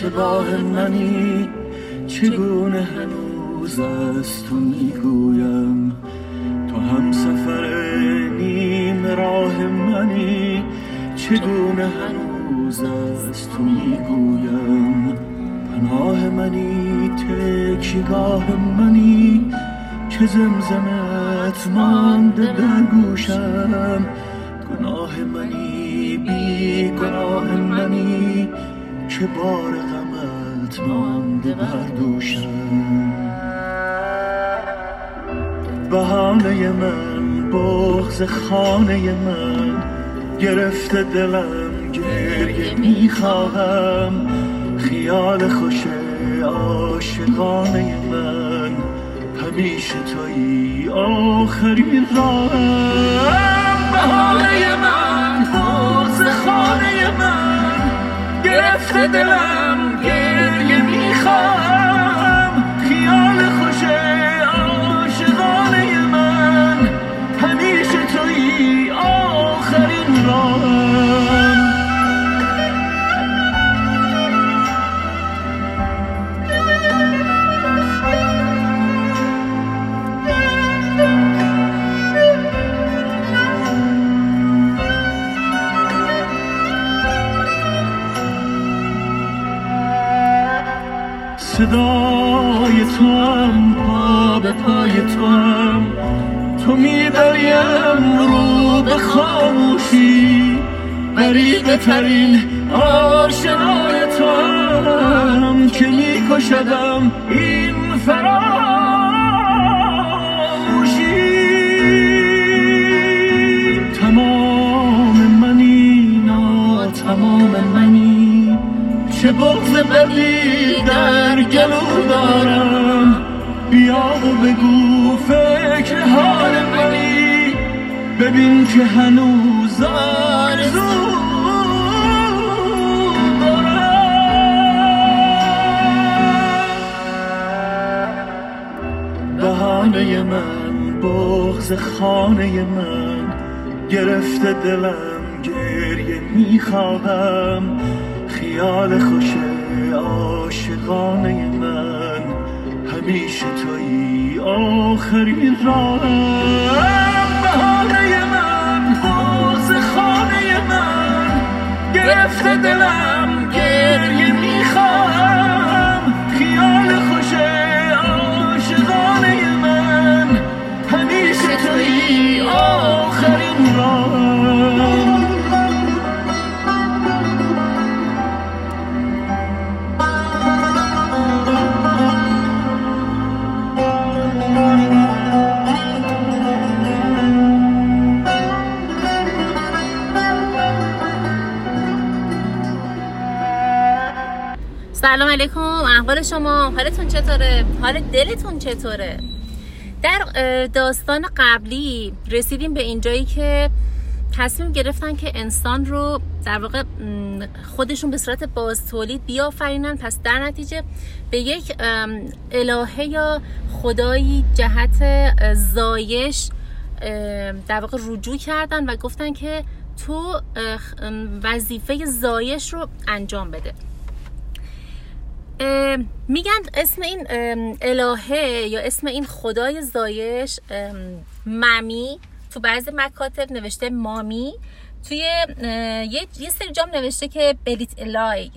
اشتباه منی، چگونه هنوز از تو میگویم. تو هم سفر نیم راه منی، چگونه هنوز از تو میگویم. پناه منی، تکیگاه منی، که زمزمت مانده در گوشم. گناه منی، بی گناه منی، که بار غمت مانده بر دوشم. بهانه من، بغض خانه من، گرفته دلم گریه میخواهم. خیال خوش عاشقانه من، همیشه تویی آخرین راهم. بهانه من، بغض خانه من، گرفته دلم گریه میخواهم. خیال خوش عاشقانه من، همیشه تویی آخرین راهم. صدای تو هم، پا به پای تو هم، تو میبریم رو به خاموشی. غریبه ترین آشنای تو هم، که میکشدم این فراموشی. تمام منی، ناتمام منی، چه بغض بدی در گلو دارم. بیا و بگو فکر حال منی، ببین که هنوز آرزو دارم. بهانه من، بغض خانه من، گرفته دلم گریه میخواهم. خیال خوش عاشقانه من، همیشه تویی آخرین راهم. بهانه من، بغض خانه من، گرفته دلم گریه میخواهم. خیال خوش عاشقانه من، همیشه تویی آخرین راهم. سلام علیکم، احوال شما؟ حالتون چطوره؟ حال دلتون چطوره؟ در داستان قبلی رسیدیم به اینجایی که تصمیم گرفتن که انسان رو در واقع خودشون به صورت بازتولید بیافرینن. پس در نتیجه به یک الهه یا خدایی جهت زایش در واقع رجوع کردن و گفتن که تو وظیفه زایش رو انجام بده. میگن اسم این الهه یا اسم این خدای زایش مامی، تو بعضی مکاتب نوشته مامی، توی یه سری جام نوشته که بلیت الای.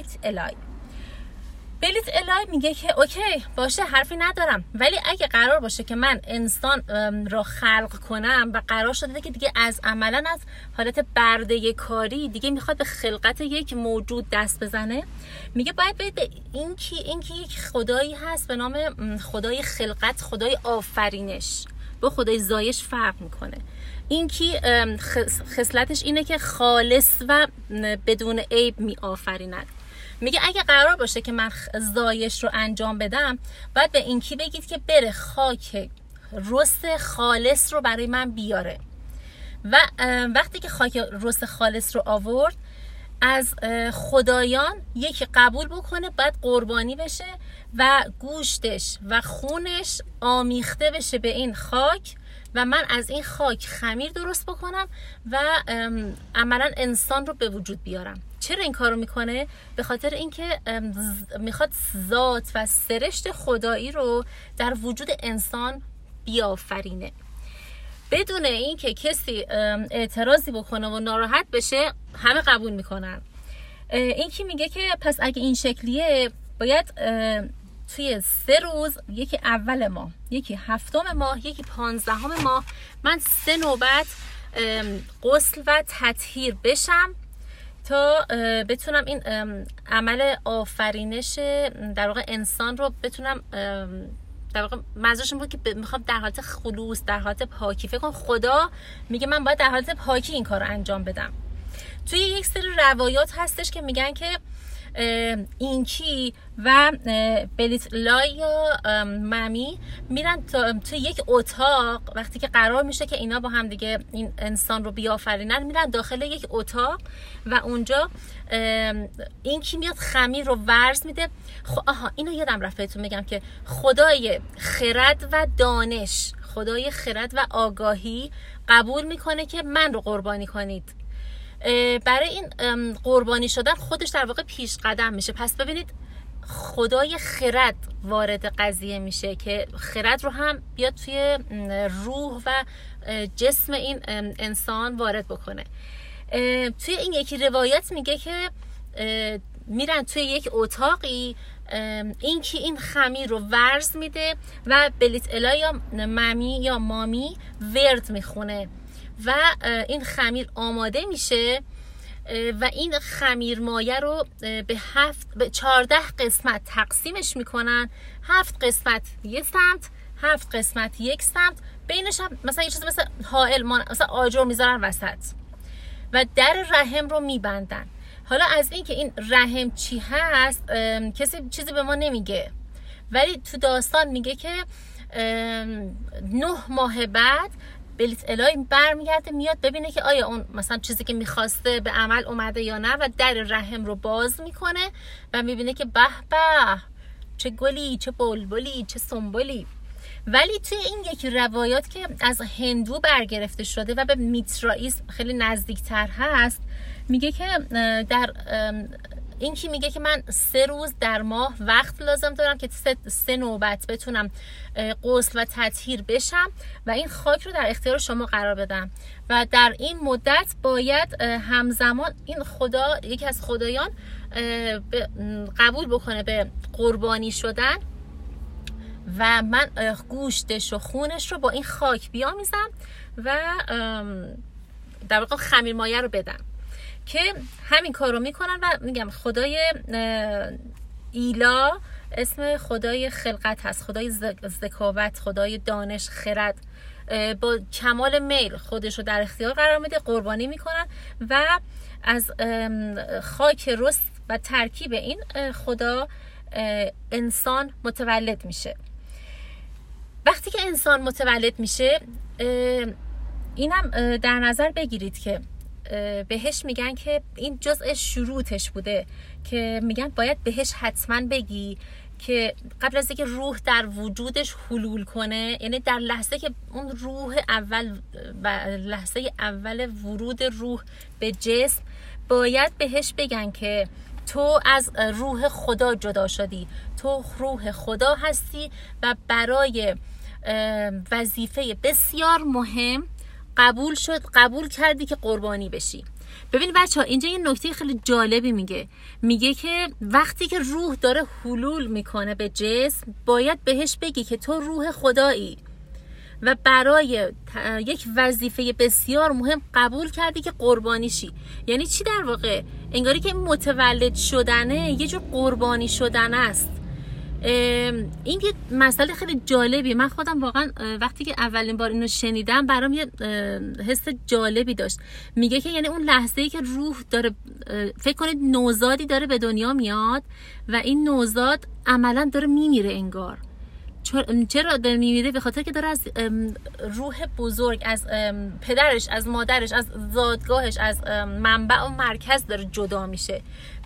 بلیت الای میگه که اوکی باشه، حرفی ندارم، ولی اگه قرار باشه که من انسان را خلق کنم و قرار شده که دیگه از عملا از حالت برده کاری دیگه میخواد به خلقت یک موجود دست بزنه، میگه باید برید به این که یک خدایی هست به نام خدای خلقت، خدای آفرینش. با خدای زایش فرق میکنه. این کی خصلتش اینه که خالص و بدون عیب می آفریند. میگه اگه قرار باشه که من زایش رو انجام بدم، باید به این کی بگید که بره خاک رس خالص رو برای من بیاره. و وقتی که خاک رس خالص رو آورد، از خدایان یکی قبول بکنه، باید قربانی بشه و گوشتش و خونش آمیخته بشه به این خاک و من از این خاک خمیر درست بکنم و عملا انسان رو به وجود بیارم. چرا این کارو میکنه؟ به خاطر اینکه میخواد ذات و سرشت خدایی رو در وجود انسان بیافرینه، بدون اینکه کسی اعتراضی بکنه و ناراحت بشه همه قبول میکنن. این که میگه که پس اگه این شکلیه باید توی 3 روز، یکی اول ماه، یکی 7 ماه، یکی 15 ماه، من 3 نوبت غسل و تطهیر بشم تا بتونم این عمل آفرینش در واقع انسان رو بتونم، در واقع منظورش این بود که میخوام در حالت خلوص، در حالت پاکی. فکر کن خدا میگه من باید در حالت پاکی این کار رو انجام بدم. توی یک سری روایات هستش که میگن که اینکی و بلیتلای یا ممی میرن توی یک اتاق، وقتی که قرار میشه که اینا با هم دیگه این انسان رو بیافرینن، میرن داخل یک اتاق و اونجا اینکی میاد خمیر رو ورز میده. اینو یادم رفت بهتون میگم که خدای خرد و دانش، خدای خرد و آگاهی قبول میکنه که من رو قربانی کنید. برای این قربانی شدن خودش در واقع پیش قدم میشه. پس ببینید خدای خرد وارد قضیه میشه که خرد رو هم بیاد توی روح و جسم این انسان وارد بکنه. توی این یکی روایت میگه که میرن توی یک اتاقی، این که این خمیر رو ورز میده و بلیت الا یا ممی یا مامی ورد میخونه و این خمیر آماده میشه و این خمیر مایه رو به 14 قسمت تقسیمش میکنن. 7 قسمت یک سمت، 7 قسمت یک سمت، بینش هم مثلا یه چیزی مثل حائل مثلا آجر میذارن وسط و در رحم رو میبندن. حالا از این که این رحم چی هست کسی چیزی به ما نمیگه، ولی تو داستان میگه که 9 ماه بعد بلیت الهی برمیگرده میاد ببینه که آیا اون مثلا چیزی که میخواسته به عمل اومده یا نه و در رحم رو باز میکنه و میبینه که به به چه گلی، چه بلبلی، چه سنبولی. ولی توی این یکی روایات که از هندو برگرفته شده و به میترائیسم خیلی نزدیکتر هست، میگه که در این که میگه که من 3 روز در ماه وقت لازم دارم که 3 نوبت بتونم غسل و تطهیر بشم و این خاک رو در اختیار شما قرار بدم و در این مدت باید همزمان این خدا، یکی از خدایان قبول بکنه به قربانی شدن و من گوشتش و خونش رو با این خاک بیامیزم و در واقع خمیر مایه رو بدم که همین کار رو میکنن. و میگم خدای ایلا اسم خدای خلقت هست، خدای ذکاوت، خدای دانش، خرد، با کمال میل خودش رو در اختیار قرار میده، قربانی میکنن و از خاک رست و ترکیب این خدا انسان متولد میشه. وقتی که انسان متولد میشه اینم در نظر بگیرید که بهش میگن که این جزء شروطش بوده که میگن باید بهش حتما بگی که قبل از اینکه روح در وجودش حلول کنه، یعنی در لحظه که اون روح اول و لحظه اول ورود روح به جسم، باید بهش بگن که تو از روح خدا جدا شدی، تو روح خدا هستی و برای وظیفه بسیار مهم قبول کردی که قربانی بشی. ببین بچه ها اینجا یه نکته خیلی جالبی میگه که وقتی که روح داره حلول میکنه به جسم، باید بهش بگی که تو روح خدایی و برای یک وظیفه بسیار مهم قبول کردی که قربانی شی. یعنی چی در واقع؟ انگاری که متولد شدنه یه جور قربانی شدن است. این یه مسئله خیلی جالبی، من خودم واقعا وقتی که اولین بار اینو شنیدم برام یه حس جالبی داشت. میگه که یعنی اون لحظه‌ای که روح داره، فکر کنید نوزادی داره به دنیا میاد و این نوزاد عملا داره میمیره انگار. چرا داره میمیره؟ به خاطر که داره از روح بزرگ، از پدرش، از مادرش، از زادگاهش، از منبع و مرکز داره جدا میشه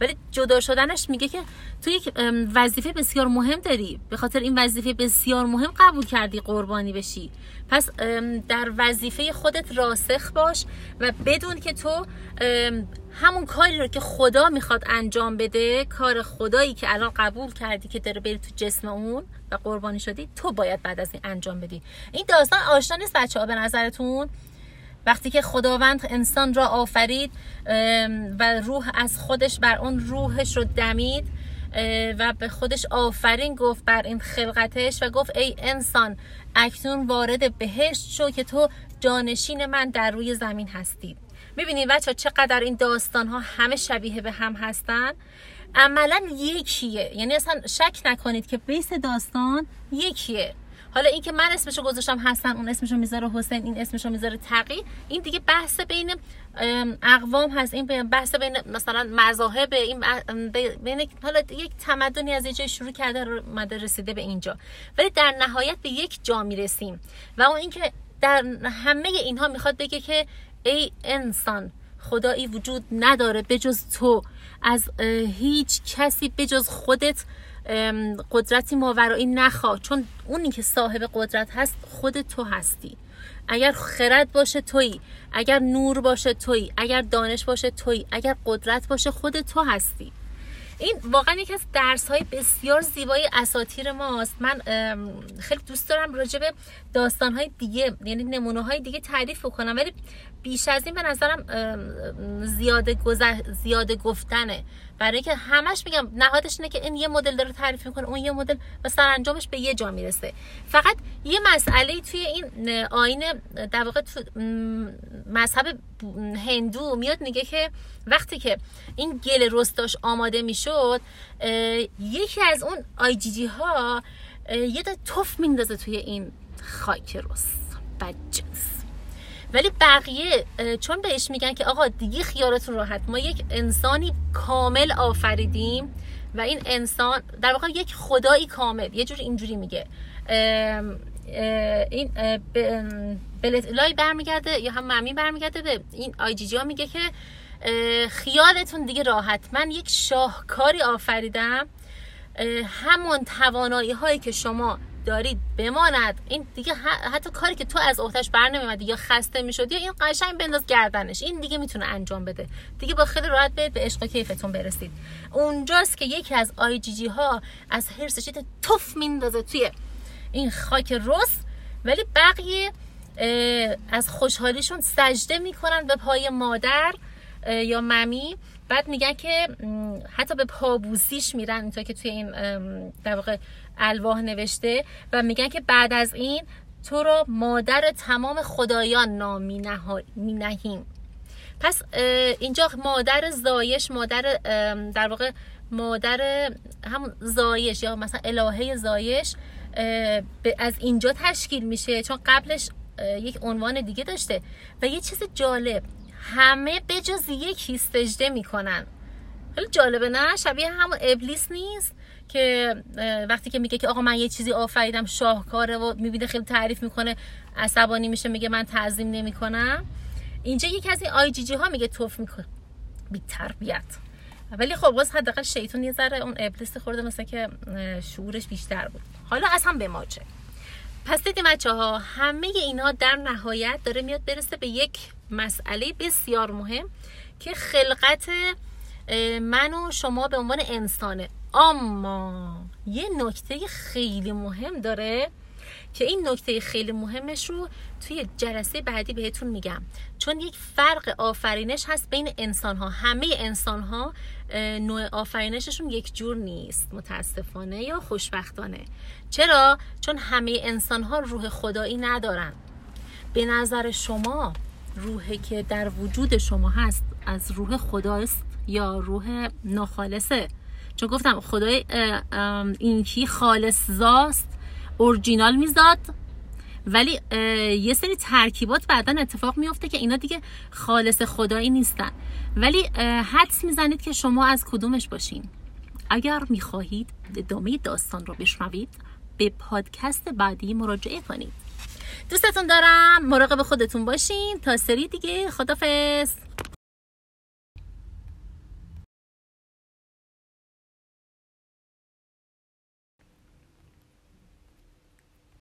ولی جدا شدنش میگه که تو یک وظیفه بسیار مهم داری، به خاطر این وظیفه بسیار مهم قبول کردی قربانی بشی. پس در وظیفه خودت راسخ باش و بدون که تو همون کاری رو که خدا میخواد انجام بده، کار خدایی که الان قبول کردی که داره بری تو جسم اون و قربانی شدی، تو باید بعد از این انجام بدی. این داستان آشنا نیست بچه‌ها به نظرتون؟ وقتی که خداوند انسان را آفرید و روح از خودش بر اون روحش رو دمید و به خودش آفرین گفت بر این خلقتش و گفت ای انسان اکنون وارد بهشت شو که تو جانشین من در روی زمین هستید. میبینید بچه چقدر این داستان ها همه شبیه به هم هستن؟ عملا یکیه، یعنی اصلا شک نکنید که بیس داستان یکیه. حالا این که من اسمشو گذاشتم حسن، اون اسمشو میذاره حسین، این اسمشو میذاره تقی، این دیگه بحث بین اقوام هست، این بحث بین مثلا مذاهب، این بین حالا یک تمدنی از اینجا شروع کرده رسیده به اینجا، ولی در نهایت به یک جا میرسیم و اون این که در همه اینها میخواد بگه که ای انسان خدایی وجود نداره بجز تو، از هیچ کسی بجز خودت قدرتی ماورایی نخواه، چون اونی که صاحب قدرت هست خود تو هستی. اگر خرد باشه تویی، اگر نور باشه تویی، اگر دانش باشه تویی، اگر قدرت باشه خود تو هستی. این واقعا یکی از درس‌های بسیار زیبای اساطیر ماست. من خیلی دوست دارم راجع به داستان‌های دیگه، یعنی نمونه‌های دیگه تعریف بکنم، ولی بیش از این به نظرم زیاده گفتنه، برای اینکه همش میگم نهادش اینه که این یه مدل داره تعریف میکنه، اون یه مدل و سرانجامش به یه جا میرسه. فقط یه مسئله توی این آیین در واقع تو مذهب هندو میاد میگه که وقتی که این گل رستاش آماده میشد، یکی از اون آیجیجی ها یه توف میندازه توی این خاک رست بدجنس، ولی بقیه چون بهش میگن که آقا دیگه خیالتون راحت، ما یک انسانی کامل آفریدیم و این انسان در واقع یک خدایی کامل، یه جور اینجوری میگه، این بلای برمیگرده یا هم ممی برمیگرده به این آیجیجی ها، میگه که خیالتون دیگه راحت، من یک شاهکاری آفریدم، همون توانایی هایی که شما دارید بماند، این دیگه حتی کاری که تو از عهده‌اش برنمی‌اومدی یا خسته می‌شدی یا این قشنگ بنداز گردنش، این دیگه میتونه انجام بده، دیگه با خیلی راحت برید به عشق و کیفتون برسید. اونجاست که یکی از آیجیجی ها از حرصش توف میندازه توی این خاک رس، ولی بقیه از خوشحالیشون سجده میکنن به پای مادر یا ممی، بعد میگن که حتی به پابوسیش میرن، اینطور که توی این در واقع الواح نوشته، و میگن که بعد از این تو رو مادر تمام خدایان نام مینهیم. پس اینجا مادر زایش، مادر در واقع مادر هم زایش یا مثلا الهه زایش از اینجا تشکیل میشه، چون قبلش یک عنوان دیگه داشته. و یه چیز جالب، همه بجز یکی سجده میکنن. خیلی جالبه نه؟ شبیه همون ابلیس نیست که وقتی که میگه که آقا من یه چیزی آفریدم شاهکاره و میبینه خیلی تعریف میکنه، عصبانی میشه، میگه من تعظیم نمیکنم. اینجا یکی از این آیجیجی ها میگه توف میکنه، بی تربیت. ولی خب باز حداقل شیطان یه ذره اون ابلیس خورده، مثلا که شعورش بیشتر بود. حالا از هم بماجه. پس دیدیم بچه‌ها، همه اینها در نهایت داره میاد برسه به یک مسئله بسیار مهم که خلقت من و شما به عنوان انسانه. اما یه نکته خیلی مهم داره که این نکته خیلی مهمش رو توی جلسه بعدی بهتون میگم، چون یک فرق آفرینش هست بین انسان ها. همه انسان ها نوع آفرینششون یک جور نیست، متاسفانه یا خوشبختانه. چرا؟ چون همه انسان ها روح خدایی ندارن. به نظر شما روحی که در وجود شما هست از روح خداست یا روح ناخالصه؟ چون گفتم خدای اینکی خالص زاست، اورجینال میزاد، ولی یه سری ترکیبات بعداً اتفاق میفته که اینا دیگه خالص خدایی نیستن. ولی حدس میزنید که شما از کدومش باشین؟ اگر میخواهید ادامه داستان رو بشنوید به پادکست بعدی مراجعه کنید. دوستتون دارم، مراقب خودتون باشین. تا سری دیگه، خدافظ.